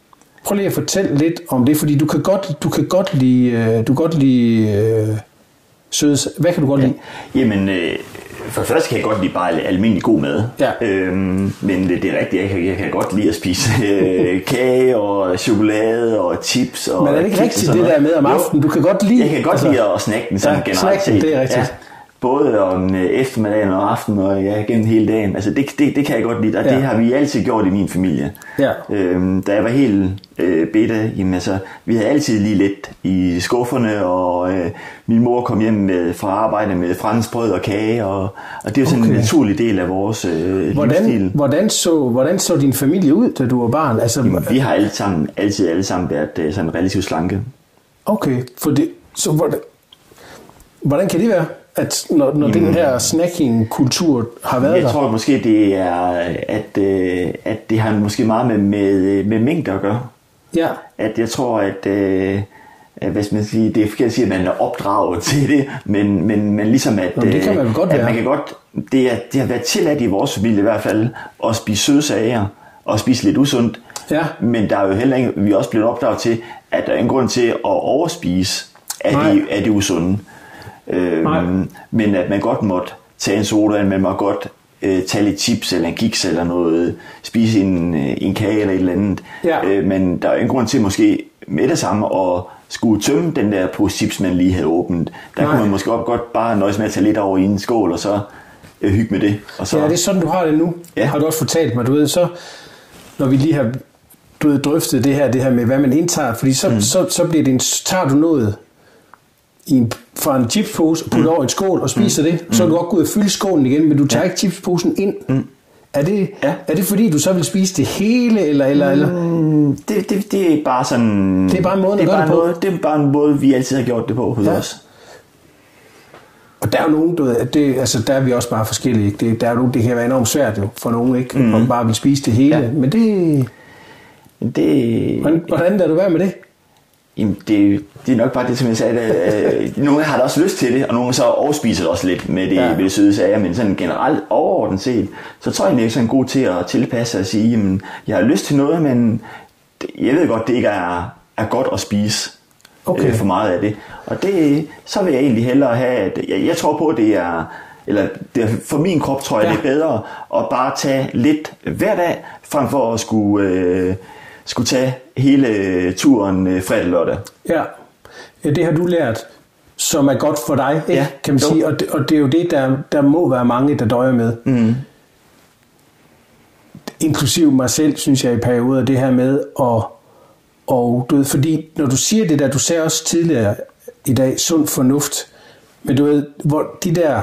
prøv lige at fortælle lidt om det, fordi du kan godt, du kan godt lide, du kan godt lide øh, søde. Hvad kan du godt lide? Ja. Jamen, øh, for det første kan jeg godt lide bare almindelig god mad. Ja. Øhm, men det, det er rigtigt, jeg kan, jeg kan godt lide at spise øh, kage og chokolade og chips. Og men er det ikke rigtigt det der med om aftenen? Du kan godt lide... Jeg kan godt altså, lide at snakke den sådan ja, generelt set. Det er rigtigt. Ja. Både om eftermiddagen og aftenen og ja, gennem hele dagen. Altså det, det, det kan jeg godt lide, og ja. Det har vi altid gjort i min familie. Ja. Øhm, da jeg var helt øh, bitte, jamen altså, vi havde altid lige lidt i skufferne, og øh, min mor kom hjem med, fra arbejde med franskbrød og kage, og, og det er jo sådan okay. en naturlig del af vores øh, hvordan, livsstil. Hvordan så, hvordan så din familie ud, da du var barn? Altså, jamen, vi har alle sammen, altid alle sammen været øh, sådan relativt slanke. Okay, for det, så hvordan, hvordan kan det være? At når, når den her snacking-kultur har været jeg der? Jeg tror måske, det er, at, at det har måske meget med, med, med mængder at gøre. Ja. At jeg tror, at, at hvad skal man sige, det er forkert at sige, at man er opdraget til det, men, men, men ligesom at, Nå, det kan man godt at være. man kan godt, det, er, det har været tilladt i vores familie i hvert fald, at spise søde sager og spise lidt usundt. Ja. Men der er jo heller ikke, vi er også blevet opdraget til, at der er en grund til at overspise af det, af det usunde. Øhm, men at man godt måtte tage en soda, man må godt øh, tage lidt chips eller en kiks eller noget, spise en, en kage eller et eller andet. Ja. Øh, men der er en grund til måske med det samme at skulle tømme den der pose chips, man lige havde åbent. Der Nej. Kunne man måske godt bare nøjes med at tage lidt over i en skål og så øh, hygge med det. Og så... Ja, det er sådan, du har det nu. Ja. Har du også fortalt mig, du ved, så når vi lige har du ved, drøftet det her, det her med, hvad man indtager, fordi så, mm. så, så bliver det en, tager du noget i en, fra en chipspose og putter mm. over en skål og spiser mm. det, så kan du godt gå ud og fylde skålen igen, men du tager ja. ikke chipsposen ind. Mm. Er, det, ja. er det fordi, du så vil spise det hele, eller... eller, eller? Mm, det, det, det er bare sådan... Det er bare en måde, det er bare det, på. Måde, det er bare en måde, vi altid har gjort det på hos ja. os. Og der er jo nogen, du ved, det, altså der er vi også bare forskellige. Det, der er jo nogen, det kan være enormt svært jo, for nogen, ikke? Mm. Og bare vil spise det hele. Ja. Men det... det... Hvordan, hvordan lader du være med det? Jamen, det, det er nok bare det, som jeg sagde. At, nogle har da også lyst til det, og nogle så overspiser det også lidt med det, ja. med det søde sager, men sådan generelt overordnet set, så tror jeg, at jeg er sådan god til at tilpasse sig og sige, jamen, jeg har lyst til noget, men jeg ved godt, det ikke er, er godt at spise okay. øh, for meget af det. Og det, så vil jeg egentlig hellere have, at jeg, jeg tror på, at det er, eller det er, for min krop tror jeg, ja. det er bedre at bare tage lidt hver dag, frem for at skulle... Øh, skulle tage hele turen fredag lørdag. Ja. Ja, det har du lært, som er godt for dig, ikke? Ja, kan man jo. sige. Og det, og det er jo det, der, der må være mange, der døjer med. Mm. Inklusiv mig selv, synes jeg i perioder, det her med at, og du ved, fordi når du siger det der, du sagde også tidligere i dag, sund fornuft, men du ved, hvor de der...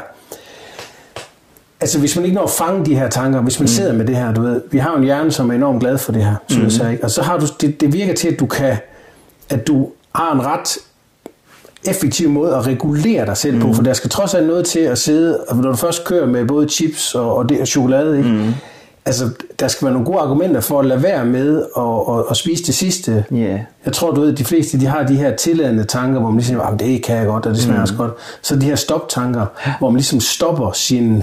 Altså hvis man ikke når at fange de her tanker, hvis man mm. sidder med det her, du ved, vi har jo en hjerne, som er enormt glad for det her, synes mm. jeg, ikke? Og så har du, det, det virker til, at du kan, at du har en ret effektiv måde at regulere dig selv mm. på, for der skal trods alt noget til at sidde, og når du først kører med både chips og, og, det, og chokolade, ikke? Mm. Altså der skal være nogle gode argumenter for at lade være med at, at, at spise det sidste. Yeah. Jeg tror, du ved, de fleste, de har de her tilladende tanker, hvor man ligesom, ah, det kan jeg godt, og det smager mm. også godt. Så de her stoptanker, hvor man ligesom stopper sin...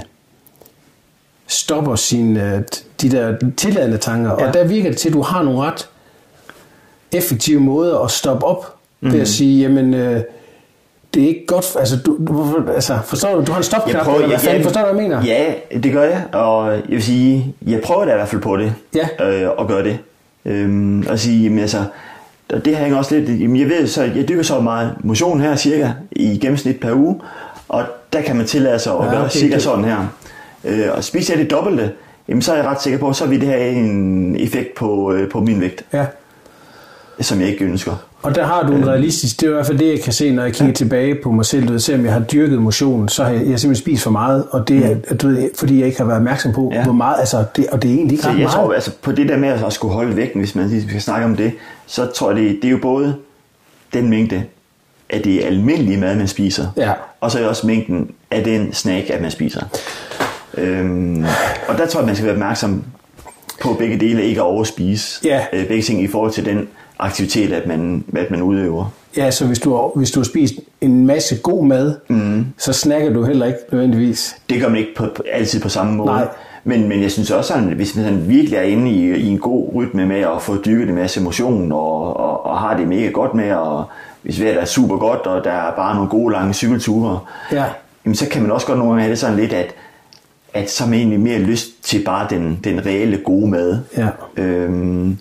stopper sine, de der tilladende tanker, ja. Og der virker det til, at du har nogle ret effektive måder at stoppe op mm-hmm. ved at sige, jamen, øh, det er ikke godt, altså, du, du, altså forstår du, du har en stopknap, eller hvad fanden, forstår du, hvad jeg mener? Ja, det gør jeg, og jeg vil sige, jeg prøver da i hvert fald på det, ja. øh, at gøre det, øhm, og sige, jamen altså, det hænger også lidt, jamen jeg ved, så jeg dykker så meget motion her, cirka, i gennemsnit per uge, og der kan man tillade sig at ja, gøre okay, cirka det. Sådan her. Øh, og spiser jeg det dobbelte, jamen, så er jeg ret sikker på, at så vil det have en effekt på, øh, på min vægt, ja. Som jeg ikke ønsker. Og der har du en realistisk, det er i hvert fald det, jeg kan se, når jeg kigger ja. tilbage på mig selv, du ved, selvom jeg har dyrket motion, så har jeg, jeg simpelthen spist for meget, og det er, mm. du ved, fordi jeg ikke har været opmærksom på, ja. hvor meget, altså, det, og det er egentlig ikke ret meget. Så jeg tror, altså, på det der med at skulle holde vægten, hvis man skal snakke om det, så tror jeg, det, det er jo både den mængde af det almindelige mad, man spiser, ja. Og så er også mængden af den snack, at man spiser. Øhm, og der tror jeg, man skal være opmærksom på begge dele, ikke at overspise ja. øh, begge ting i forhold til den aktivitet, at man, at man udøver. Ja, så hvis du, har, hvis du har spist en masse god mad, mm. så snakker du heller ikke nødvendigvis. Det gør man ikke på, på, altid på samme måde. Nej. Men, men jeg synes også sådan, hvis man virkelig er inde i, i en god rytme med at få dykket en masse emotion, og, og, og har det mega godt med, og hvis vejret er super godt, og der er bare nogle gode lange cykelture, ja. Jamen, så kan man også godt nogle gange have det sådan lidt, at, at så har man egentlig mere lyst til bare den, den reelle gode mad. Ja. Øhm.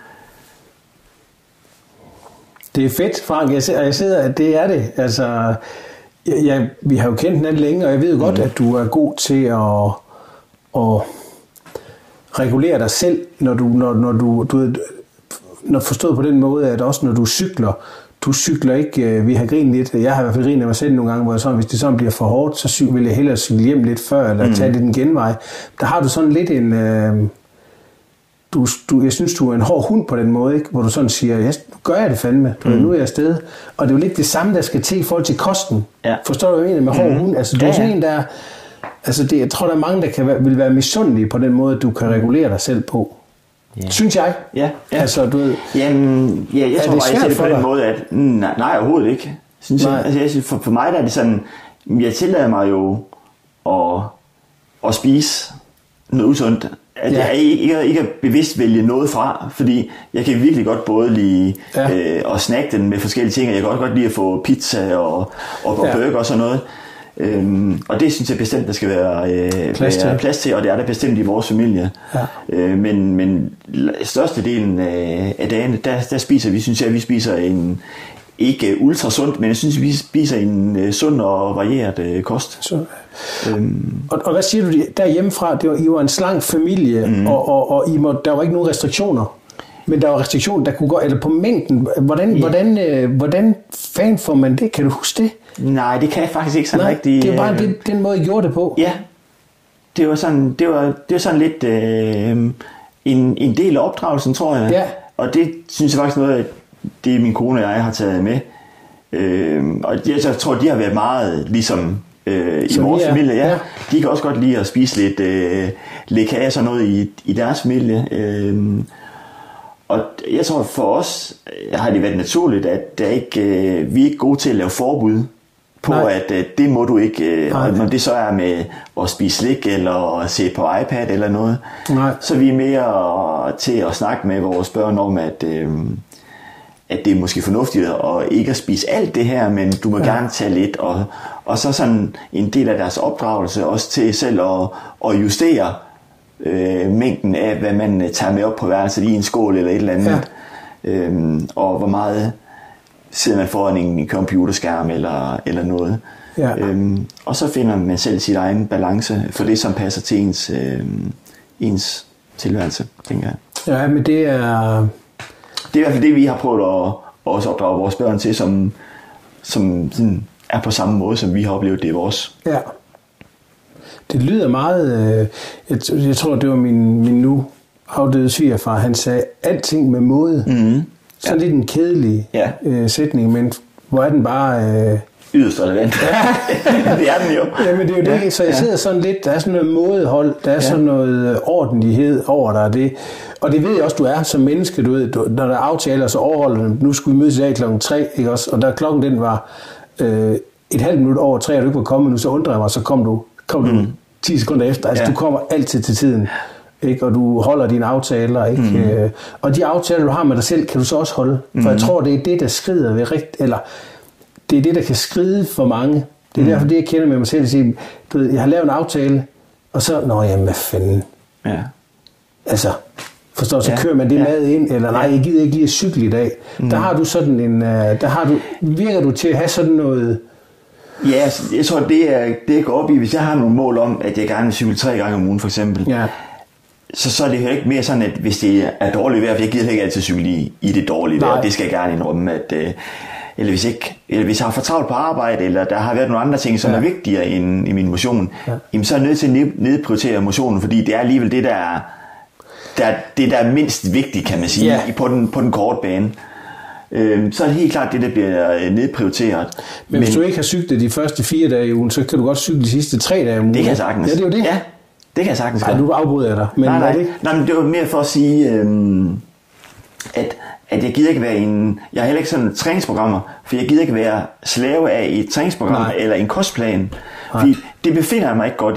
Det er fedt, Frank. Jeg ser, jeg sidder, at det er det. Altså, jeg, jeg, vi har jo kendt hinanden længe, og jeg ved jo godt, mm. at du er god til at, at regulere dig selv, når du, når, når du, du når forstået på den måde, at også når du cykler, du cykler ikke, vi har grinet lidt, jeg har i hvert fald grinet af mig selv nogle gange, hvor jeg sådan, hvis det sådan bliver for hårdt, så vil jeg hellere cykle hjem lidt før, eller mm. tage lidt en genvej. Der har du sådan lidt en, øh, du, du, jeg synes, du er en hård hund på den måde, ikke? Hvor du sådan siger, ja, nu gør jeg det fandme, du, mm. nu er jeg afsted. Og det er jo lidt det samme, der skal til i forhold til kosten. Ja. Forstår du, hvad jeg mener med hård mm. hund? Altså, du ja, er sådan en, der, altså det, jeg tror, der er mange, der kan være, vil være misundelige på den måde, du kan regulere dig selv på. Yeah. Synes jeg. Ja, ja. Altså, du ved, Jamen, ja, jeg tror bare, jeg ser det på den måde, at nej, nej overhovedet ikke. Synes jeg. Altså, jeg synes, for, for mig der er det sådan, jeg tillader mig jo at, at spise noget usundt. At ja. jeg ikke, ikke, ikke at bevidst vælge noget fra, fordi jeg kan virkelig godt både lide ja. øh, at snakke den med forskellige ting, og jeg kan godt godt lide at få pizza og, og, og ja. burger og sådan noget. Øhm, og det synes jeg bestemt, der skal være, øh, plads, være til. plads til, og det er der bestemt i vores familie. Ja. Øh, men, men størstedelen af, af dagen, der, der spiser vi, synes jeg, vi spiser en, ikke ultra sundt, men jeg synes, vi spiser en uh, sund og varieret uh, kost. Så, øhm. og, og hvad siger du derhjemmefra? Det var, I var en slank familie, mm. og, og, og I må, der var ikke nogen restriktioner. Men der var restriktioner, der kunne gå, eller på mængden. Hvordan, yeah. hvordan, øh, hvordan fanden får man det? Kan du huske det? Nej, det kan jeg faktisk ikke sådan Nej, rigtig. Det var bare den, den måde, I gjorde det på. Ja, det var sådan, det var, det var sådan lidt øh, en, en del af opdragelsen, tror jeg. Ja. Og det synes jeg faktisk noget, det min kone og jeg har taget med. Øh, og jeg, jeg tror, de har været meget ligesom øh, i vores ja. familie. Ja. Ja. De kan også godt lide at spise lidt øh, lidt kage og sådan noget i, i deres familie. Øh, Og jeg tror, for os har det været naturligt, at der ikke, øh, vi er ikke gode til at lave forbud på, Nej. at øh, det må du ikke, øh, og når det så er med at spise slik eller at se på iPad eller noget, Nej. så vi er mere til at snakke med vores børn om, at, øh, at det er måske fornuftigt at ikke at spise alt det her, men du må ja. gerne tage lidt, og, og så sådan en del af deres opdragelse også til selv at, at justere Øh, mængden af, hvad man tager med op på værelset i en skål eller et eller andet, ja. øhm, og hvor meget sidder man foran en, en computerskærm eller, eller noget. Ja. Øhm, og så finder man selv sit egen balance for det, som passer til ens, øh, ens tilværelse, tænker jeg. Ja, men det er... Det er i hvert fald det, vi har prøvet at også opdrage vores børn til, som, som sådan er på samme måde, som vi har oplevet det i vores. Ja. Det lyder meget, øh, jeg, jeg tror det var min, min nu afdøde svigerfar, han sagde alting med måde. Mm-hmm. Sådan ja. lidt en kedelig ja. øh, sætning, men hvor er den bare... Øh... yderst relevant. Det er den jo. Ja, men det er jo det, ja. så jeg sidder sådan lidt, der er sådan noget mådehold, der er ja. sådan noget ordentlighed over dig, det. Og det ved jeg også, du er som menneske, du ved, du, når der er aftaler, så overholder dem. Nu skulle vi mødes i dag klokken tre, ikke også? Og da klokken den var øh, et halvt minut over tre, og du ikke var kommet nu, så undrer jeg mig, så kom du kom du mm. ti sekunder efter. Altså, ja. du kommer altid til tiden, ikke? Og du holder dine aftaler, ikke? Mm. Og de aftaler, du har med dig selv, kan du så også holde. For mm. jeg tror, det er det, der skrider ved rigt, eller det er det, der kan skride for mange. Det er mm. derfor, det jeg kender med mig selv, at sige, du ved, jeg har lavet en aftale, og så, nå jamen, hvad fanden. Ja. Altså, forstår så ja. kører man det ja. mad ind, eller nej, jeg gider ikke lige at cykle i dag. Mm. Der har du sådan en, der har du, virker du til at have sådan noget. Ja, jeg tror, det er det, jeg går op i. Hvis jeg har nogle mål om, at jeg gerne vil cykle tre gange om ugen, for eksempel, ja. så, så er det jo ikke mere sådan, at hvis det er dårligt vejr, for jeg gider ikke altid cykle i, i det dårlige vejr, det skal jeg gerne indrømme, at, øh, eller, hvis ikke, eller hvis jeg har for travlt på arbejde, eller der har været nogle andre ting, som ja. er vigtigere end i min motion, ja. jamen, så er jeg nødt til at nedprioritere motionen, fordi det er alligevel det, der er, der, det, der er mindst vigtigt, kan man sige, ja. på, den, på den korte bane. Så er det helt klart det, der bliver nedprioriteret. Men hvis Men, du ikke har cyklet de første fire dage i ugen, så kan du godt cykle de sidste tre dage i ugen. Det kan jeg sagtens. Ja, det er jo det. Ja, det kan jeg sagtens. Nej, nu afbryder jeg dig. Men nej, nej. Det? nej, men det var mere for at sige, øhm, at, at jeg gider ikke være en... Jeg har heller ikke sådan træningsprogrammer, for jeg gider ikke være slave af et træningsprogram nej. eller en kostplan. Nej. Fordi det befinder jeg mig ikke godt i.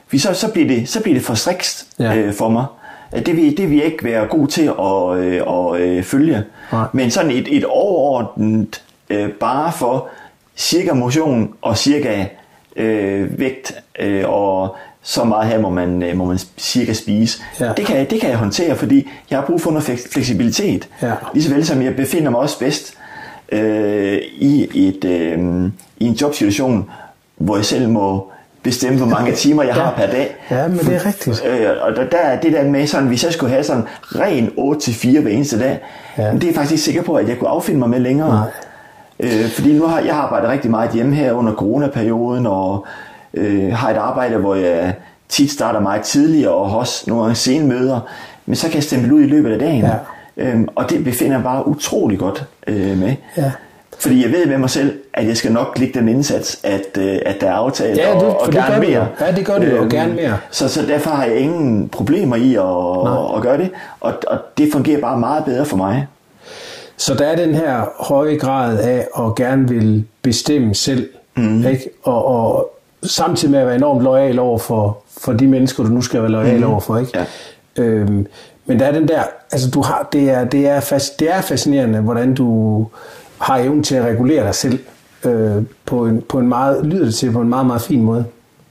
fordi så, så, bliver det, så bliver det for strikst ja. øh, for mig. Det vil, det vil jeg ikke være god til at, øh, at øh, følge. Nej. Men sådan et, et overordnet øh, bare for cirka motion og cirka øh, vægt øh, og så meget her må man, øh, må man cirka spise. Ja. Det, kan, det kan jeg håndtere, fordi jeg har brug for noget fleksibilitet. Ja. Ligeså vel som jeg befinder mig også bedst øh, i, et, øh, i en jobsituation, hvor jeg selv må bestemme, hvor mange timer jeg ja. har per dag. Ja, men det er rigtigt. Øh, og der, der er det der med sådan, hvis jeg skulle have sådan ren otte til fire hver eneste dag, ja. det er jeg faktisk ikke sikker på, at jeg kunne affinde mig med længere. Nej. Øh, fordi nu har jeg arbejdet rigtig meget hjemme her under coronaperioden, og øh, har et arbejde, hvor jeg tit starter meget tidligere, og har også nogle gange sene møder, men så kan jeg stemple ud i løbet af dagen. Ja. Øhm, og det befinder jeg bare utrolig godt øh, med. Ja. Fordi jeg ved med mig selv, at jeg skal nok lægge den indsats, at, øh, at der er aftalt, ja, det, og, og gerne mere. Ja, det gør det jo, øhm, og gerne mere. Så, så derfor har jeg ingen problemer i at, at gøre det, og, og det fungerer bare meget bedre for mig. Så der er den her høje grad af at gerne vil bestemme selv, mm. ikke? Og, og samtidig med at være enormt loyal over for, for de mennesker, du nu skal være loyal mm. over for, ikke? Ja. Øhm, men der er den der, altså du har, det er, det er, fas, det er fascinerende, hvordan du har evnen til at regulere dig selv øh, på, en, på en meget, lyder det til, på en meget, meget fin måde.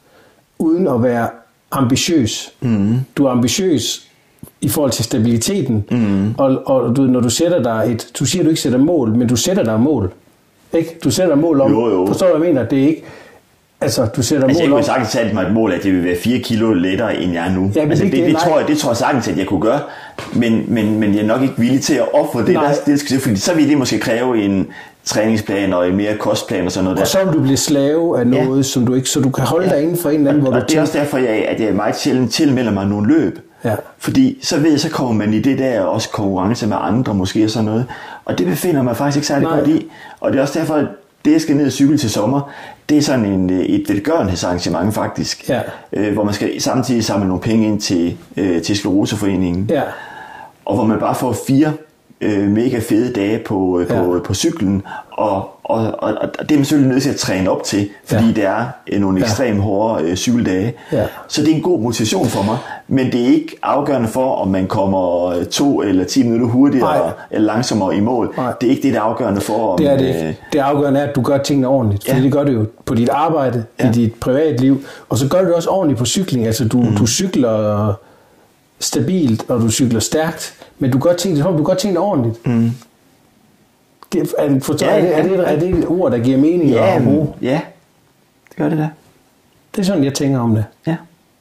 Uden at være ambitiøs. Mm. Du er ambitiøs i forhold til stabiliteten, mm. og, og du, når du sætter dig et, du siger, du ikke sætter mål, men du sætter dig mål. Ikke? Du sætter mål om, jo, jo. Forstår du, hvad jeg mener? Det er ikke, altså du sætter altså, mål om. Jeg kunne sagtens sætte mig et mål, at det vil være fire kilo lettere, end jeg er nu. Ja, altså, det, det, det, tror jeg, det tror jeg sagtens, at jeg kunne gøre, men, men, men jeg er nok ikke villig til at ofre det, der, det skal, fordi så vil det måske kræve en træningsplan og en mere kostplan og sådan noget der. Og så vil du blive slave af noget, ja. som du ikke, så du kan holde ja. dig inden for en eller anden, hvor og du det er også derfor, jeg, at jeg meget sjældent tilmelder mig nogle løb. Ja. Fordi så ved jeg, så kommer man i det der også konkurrence med andre måske og sådan noget. Og det befinder mig faktisk ikke særlig Nej. godt i. Og det er også derfor, at det jeg skal ned og cykle til sommer, det er sådan en, et velgørenhedsarrangement faktisk. Ja. Øh, hvor man skal samtidig samle nogle penge ind til, øh, til Skleroseforeningen. Ja. Og hvor man bare får fire øh, mega fede dage på, øh, på, ja. på cyklen. Og, og, og, og det er man selvfølgelig nødt til at træne op til, fordi ja. det er øh, nogle ja. ekstremt hårde øh, cykeldage. Ja. Så det er en god motivation for mig, men det er ikke afgørende for, om man kommer to eller ti minutter hurtigere Nej. eller langsommere i mål. Nej. Det er ikke det, der er afgørende for. Om, det er det ikke. Øh, det afgørende er, at du gør tingene ordentligt, for ja. det gør du jo på dit arbejde, ja. i dit privatliv, og så gør du det også ordentligt på cykling. Altså du, mm. du cykler stabilt, og du cykler stærkt, men du gør tingene, du gør tingene ordentligt. Mm. Er, forstår, ja, ja, er, det, er det et ord, der giver mening ja, at bruge? Ja, det gør det da. Det er sådan, jeg tænker om det. Ja.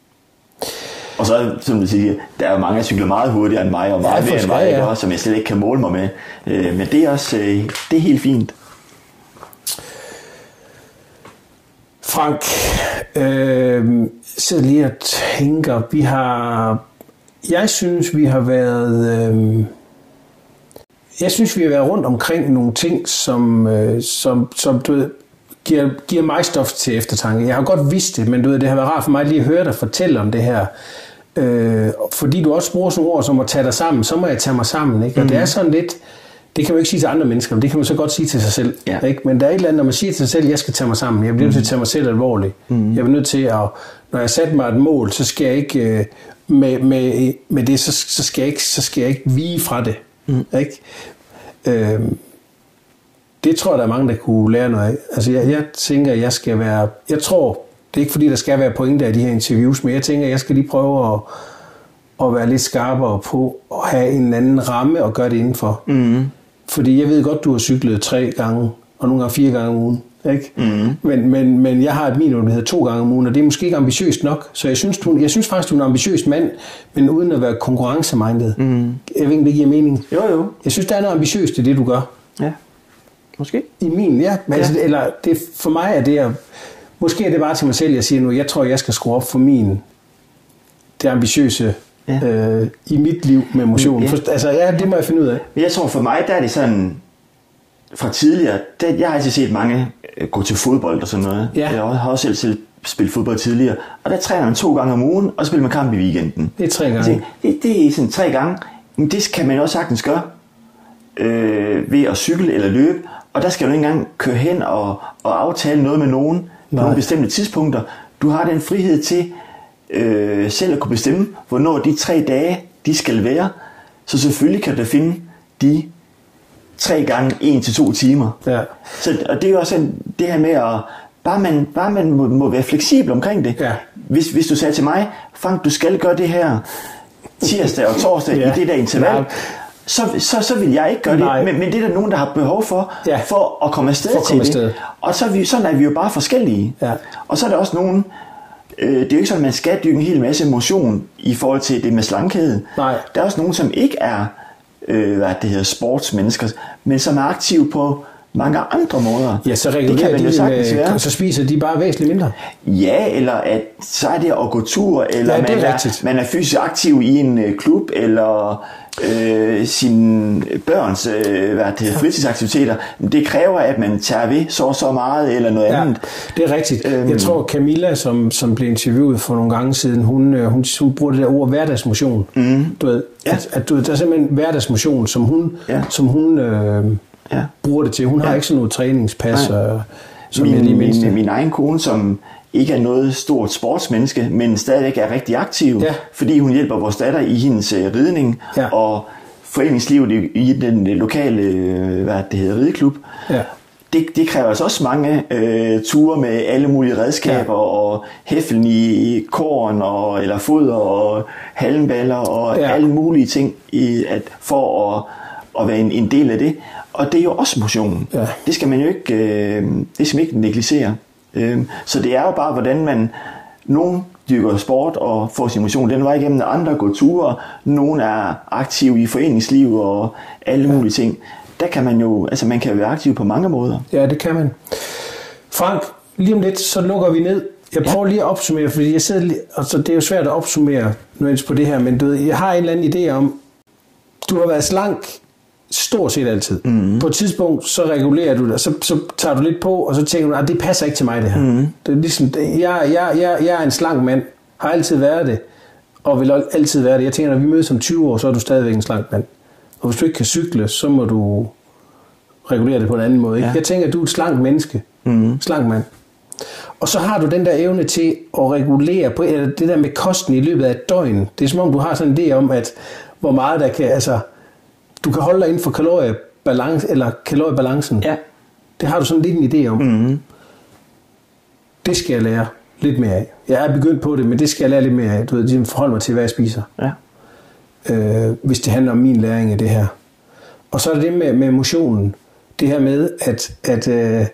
Og så, som du siger, der er jo mange, der cykler meget hurtigere end mig, og meget mere end mig, ja. også, som jeg slet ikke kan måle mig med. Øh, men det er også øh, det er helt fint. Frank, øh, så lige at tænker, vi har, jeg synes, vi har været... Øh, Jeg synes, vi har været rundt omkring nogle ting, som, øh, som, som du ved, giver, giver mig stof til eftertanke. Jeg har godt vidst det, men du ved, det har været rart for mig lige at høre dig fortælle om det her. Øh, fordi du også bruger sådan ord som at tage dig sammen, så må jeg tage mig sammen. Ikke? Og mm. det er sådan lidt, det kan man jo ikke sige til andre mennesker, men det kan man så godt sige til sig selv. Ja. Ikke? Men der er et eller andet, når man siger til sig selv, jeg skal tage mig sammen. Jeg bliver nødt mm. til at tage mig selv alvorligt. Mm. Jeg bliver nødt til at, når jeg sætter mig et mål, så skal jeg ikke, øh, med, med, med det, så, så, skal jeg ikke, så skal jeg ikke vige fra det. Mm. Ikke? Øhm, det tror jeg, der er mange, der kunne lære noget af. Altså, jeg, jeg tænker, jeg skal være... Jeg tror, det er ikke fordi, der skal være pointer i de her interviews, men jeg tænker, jeg skal lige prøve at, at være lidt skarpere på at have en anden ramme og gøre det indenfor. Mm. Fordi jeg ved godt, du har cyklet tre gange, og nogle gange fire gange om ugen. Ikke? Mm. Men, men, men jeg har et minimum, der hedder to gange om ugen, og det er måske ikke ambitiøst nok. Så jeg synes, du, jeg synes faktisk, du er en ambitiøs mand, men uden at være konkurrencemindet. Mm. Jeg ved ikke, det giver mening. Jo, jo. Jeg synes, der er noget ambitiøst i det, du gør. Ja, måske. I min, ja. ja. Altså, eller det, for mig er det, at, måske er det bare til mig selv, jeg siger nu, jeg tror, jeg skal skrue op for min, det ambitiøse ja. øh, i mit liv med motion. Ja. For, altså, ja, det må jeg finde ud af. Jeg tror, for mig, der er det sådan... Fra tidligere, der, jeg har altid set mange gå til fodbold og sådan noget. Ja. Jeg har også selv, selv spillet fodbold tidligere. Og der træner man to gange om ugen, og spiller man kamp i weekenden. Det er tre gange. Det, det, det er sådan tre gange. Men det kan man også sagtens gøre øh, ved at cykle eller løbe. Og der skal du ikke engang køre hen og, og aftale noget med nogen på nogle bestemte tidspunkter. Du har den frihed til øh, selv at kunne bestemme, hvornår de tre dage, de skal være. Så selvfølgelig kan du finde de tre gange en til to timer. Ja. Så, og det er jo også en, det her med at, bare man, bare man må, må være fleksibel omkring det. Ja. Hvis, hvis du sagde til mig, Frank, du skal gøre det her tirsdag og torsdag ja. i det der interval, ja. så, så, så vil jeg ikke gøre det. Men, men det er der nogen, der har behov for, ja. for at komme afsted for at komme til afsted. det. Og så er vi, sådan er vi jo bare forskellige. Ja. Og så er der også nogen, øh, det er jo ikke sådan, at man skal dykke en hel masse motion i forhold til det med slankhed. Nej. Der er også nogen, som ikke er øh, hvad det hedder, sportsmennesker, men som er aktive på mange andre måder. Ja, så regulerer de med, så spiser de bare væsentligt mindre. Ja, eller at så er det at gå tur, eller ja, man, er, man er fysisk aktiv i en øh, klub, eller øh, sine børns øh, hvad det hedder, fritidsaktiviteter. Det kræver, at man tager ved så så meget, eller noget ja, andet. Det er rigtigt. Øhm, Jeg tror, Camilla, som, som blev interviewet for nogle gange siden, hun, hun, hun bruger det der ord hverdagsmotion. Mm. Du ved, ja. at, at du, der er simpelthen hverdagsmotion, som hun, ja. som hun øh, ja. bruger det til. Hun har ja. ikke sådan noget træningspas, øh, som min, jeg lige mindst. Min, min egen kone, som ikke er noget stort sportsmenneske, men stadigvæk er rigtig aktiv, ja. fordi hun hjælper vores datter i hendes øh, ridning, ja. og foreningslivet i, i den lokale øh, hvad det hedder, rideklub. Ja. Det, det kræver altså også mange øh, ture med alle mulige redskaber, ja. og hæflen i, i korn, og, eller foder, og halmballer, og ja. alle mulige ting, i, at, for at, at være en, en del af det. Og det er jo også motion. Ja. Det skal man jo ikke, øh, det skal man ikke negligere. Øh, så det er jo bare, hvordan man, nogen dyrker sport og får sin motion den vej igennem, andre går ture, nogen er aktiv i foreningsliv og alle mulige ting. Der kan man jo, altså man kan være aktiv på mange måder. Ja, det kan man. Frank, lige om lidt, så lukker vi ned. Jeg prøver ja. lige at opsummere, fordi jeg sidder lige, altså det er jo svært at opsummere nødvendigvis på det her, men du ved, jeg har en eller anden idé om, du har været slank stort set altid. Mm-hmm. På et tidspunkt, så regulerer du det, så, så tager du lidt på, og så tænker du, at det passer ikke til mig det her. Mm-hmm. Det er ligesom, jeg, jeg, jeg, jeg er en slank mand, har altid været det, og vil altid være det. Jeg tænker, når vi mødes om tyve år, så er du stadigvæk en slank mand. Og hvis du ikke kan cykle, så må du regulere det på en anden måde. Ikke? Ja. Jeg tænker, at du er et slank menneske. Mm-hmm. Slank mand. Og så har du den der evne til at regulere på det der med kosten i løbet af et døgn. Det er som om, du har sådan en idé om, at hvor meget der kan, altså, du kan holde dig inden for kaloriebalance, eller kaloriebalancen. Ja. Det har du sådan lidt en idé om. Mm-hmm. Det skal jeg lære lidt mere af. Jeg er begyndt på det, men det skal jeg lære lidt mere af. Du ved, de forholder mig til, hvad jeg spiser. Ja. Øh, hvis det handler om min læring af det her. Og så er det det med, med motionen. Det her med, at, at øh,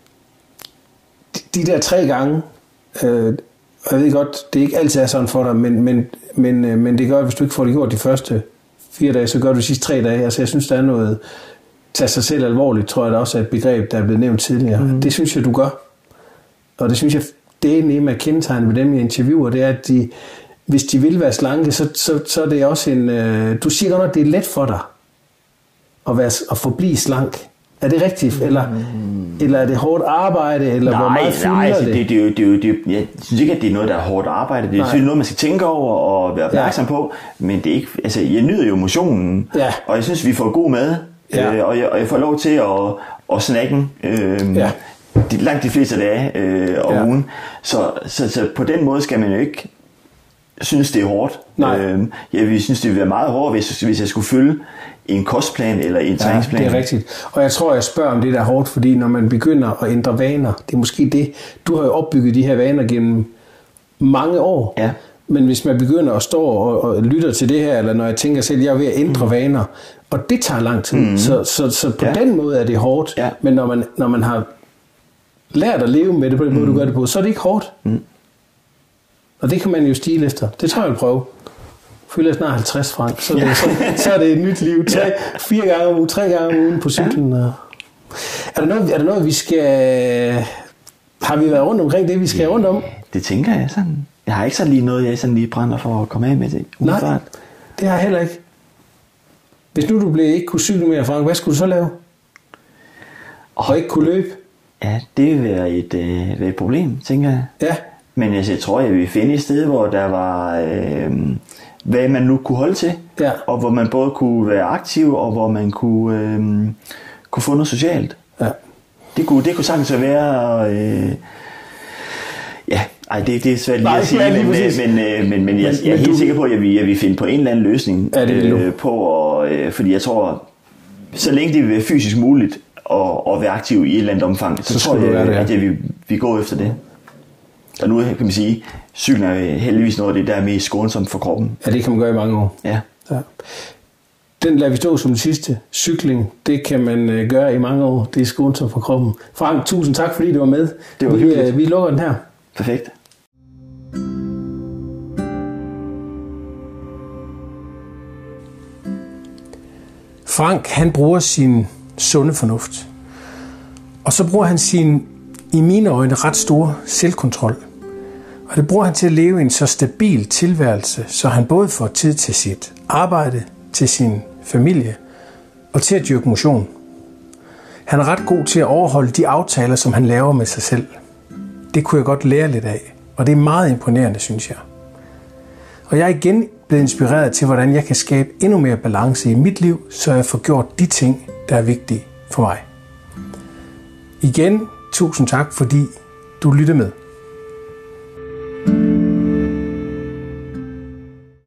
de der tre gange, øh, og jeg ved godt, det ikke altid er sådan for dig, men, men, men, øh, men det gør, hvis du ikke får det gjort de første fire dage, så gør du de sidste tre dage. Altså jeg synes, der er noget, tage sig selv alvorligt, tror jeg, der også er et begreb, der er blevet nævnt tidligere. Mm. Det synes jeg, du gør. Og det synes jeg, det er en af kendetegnene med dem, jeg interviewer, det er, at de, hvis de vil være slanke, så, så, så er det også en... Øh, du siger godt nok, det er let for dig at, være, at forblive slank. Er det rigtigt? Eller, mm. eller er det hårdt arbejde? Eller nej, hvor meget fylder nej, altså, det? Det, det, det, det? Jeg synes ikke, at det er noget, der er hårdt arbejde. Det er selvfølgelig noget, man skal tænke over og være opmærksom ja. på. Men det er ikke, altså, jeg nyder jo motionen. Ja. Og jeg synes, vi får god mad. Ja. Øh, og, jeg, og jeg får lov til at, at snakke øh, ja. de, langt de fleste dage øh, om ja. ugen. Så, så, så på den måde skal man jo ikke synes, det er hårdt. Øh, jeg vil synes, det ville være meget hårdt, hvis, hvis jeg skulle følge en kostplan eller en træningsplan. Ja, det er rigtigt. Og jeg tror, jeg spørger om det der er hårdt, fordi når man begynder at ændre vaner, det er måske det, du har jo opbygget de her vaner gennem mange år, ja. Men hvis man begynder at stå og, og lytter til det her, eller når jeg tænker selv, jeg er ved at ændre mm. vaner, og det tager lang tid, mm. så, så, så på ja. den måde er det hårdt, ja. men når man, når man har lært at leve med det på den måde, mm. du gør det på, så er det ikke hårdt. Mm. Og det kan man jo stile efter. Det tror jeg, jeg vil prøve. Fylder snart halvtreds, Frank, så, ja. så, så er det et nyt liv. Tre, ja. Fire gange om ugen, tre gange om ugen på cyklen. Ja. Er, der noget, er der noget, vi skal... Har vi været rundt omkring det, vi skal ja, rundt om? Det tænker jeg sådan. Jeg har ikke sådan lige noget, jeg sådan lige brænder for at komme af med det. Umiddelbart. Nej, det har jeg heller ikke. Hvis nu du blev ikke kunne cykle mere, Frank, hvad skulle du så lave? Og oh, ikke kunne løbe? Ja, det vil være et, øh, være et problem, tænker jeg. Ja. Men altså, jeg tror, jeg vil finde et sted, hvor der var... Øh, hvad man nu kunne holde til, ja. og hvor man både kunne være aktiv, og hvor man kunne, øh, kunne få noget socialt. Ja. Det kunne, det kunne sagtens være, øh, ja, Ej, det, det er svært lige Nej, at sige, men, men, men, men, men jeg, jeg er helt du... sikker på, at vi, at vi finder på en eller anden løsning ja, det øh, på, øh, fordi jeg tror, så længe det er fysisk muligt at, at være aktiv i et eller andet omfang, så, så tror jeg, det, at jeg, vi, vi går efter det. Og nu kan man sige, cyklen er heldigvis noget af det, der er mest skånsomt for kroppen. Ja, det kan man gøre i mange år. Ja. ja. Den lader vi stå som den sidste. Cykling, det kan man gøre i mange år. Det er skånsomt for kroppen. Frank, tusind tak, fordi du var med. Det var vi, hyggeligt. Vi lukker den her. Perfekt. Frank, han bruger sin sunde fornuft. Og så bruger han sin, i mine øjne, ret store selvkontrol. Og det bruger han til at leve en så stabil tilværelse, så han både får tid til sit arbejde, til sin familie og til at dyrke motion. Han er ret god til at overholde de aftaler, som han laver med sig selv. Det kunne jeg godt lære lidt af, og det er meget imponerende, synes jeg. Og jeg er igen blevet inspireret til, hvordan jeg kan skabe endnu mere balance i mit liv, så jeg får gjort de ting, der er vigtige for mig. Igen, tusind tak, fordi du lytter med.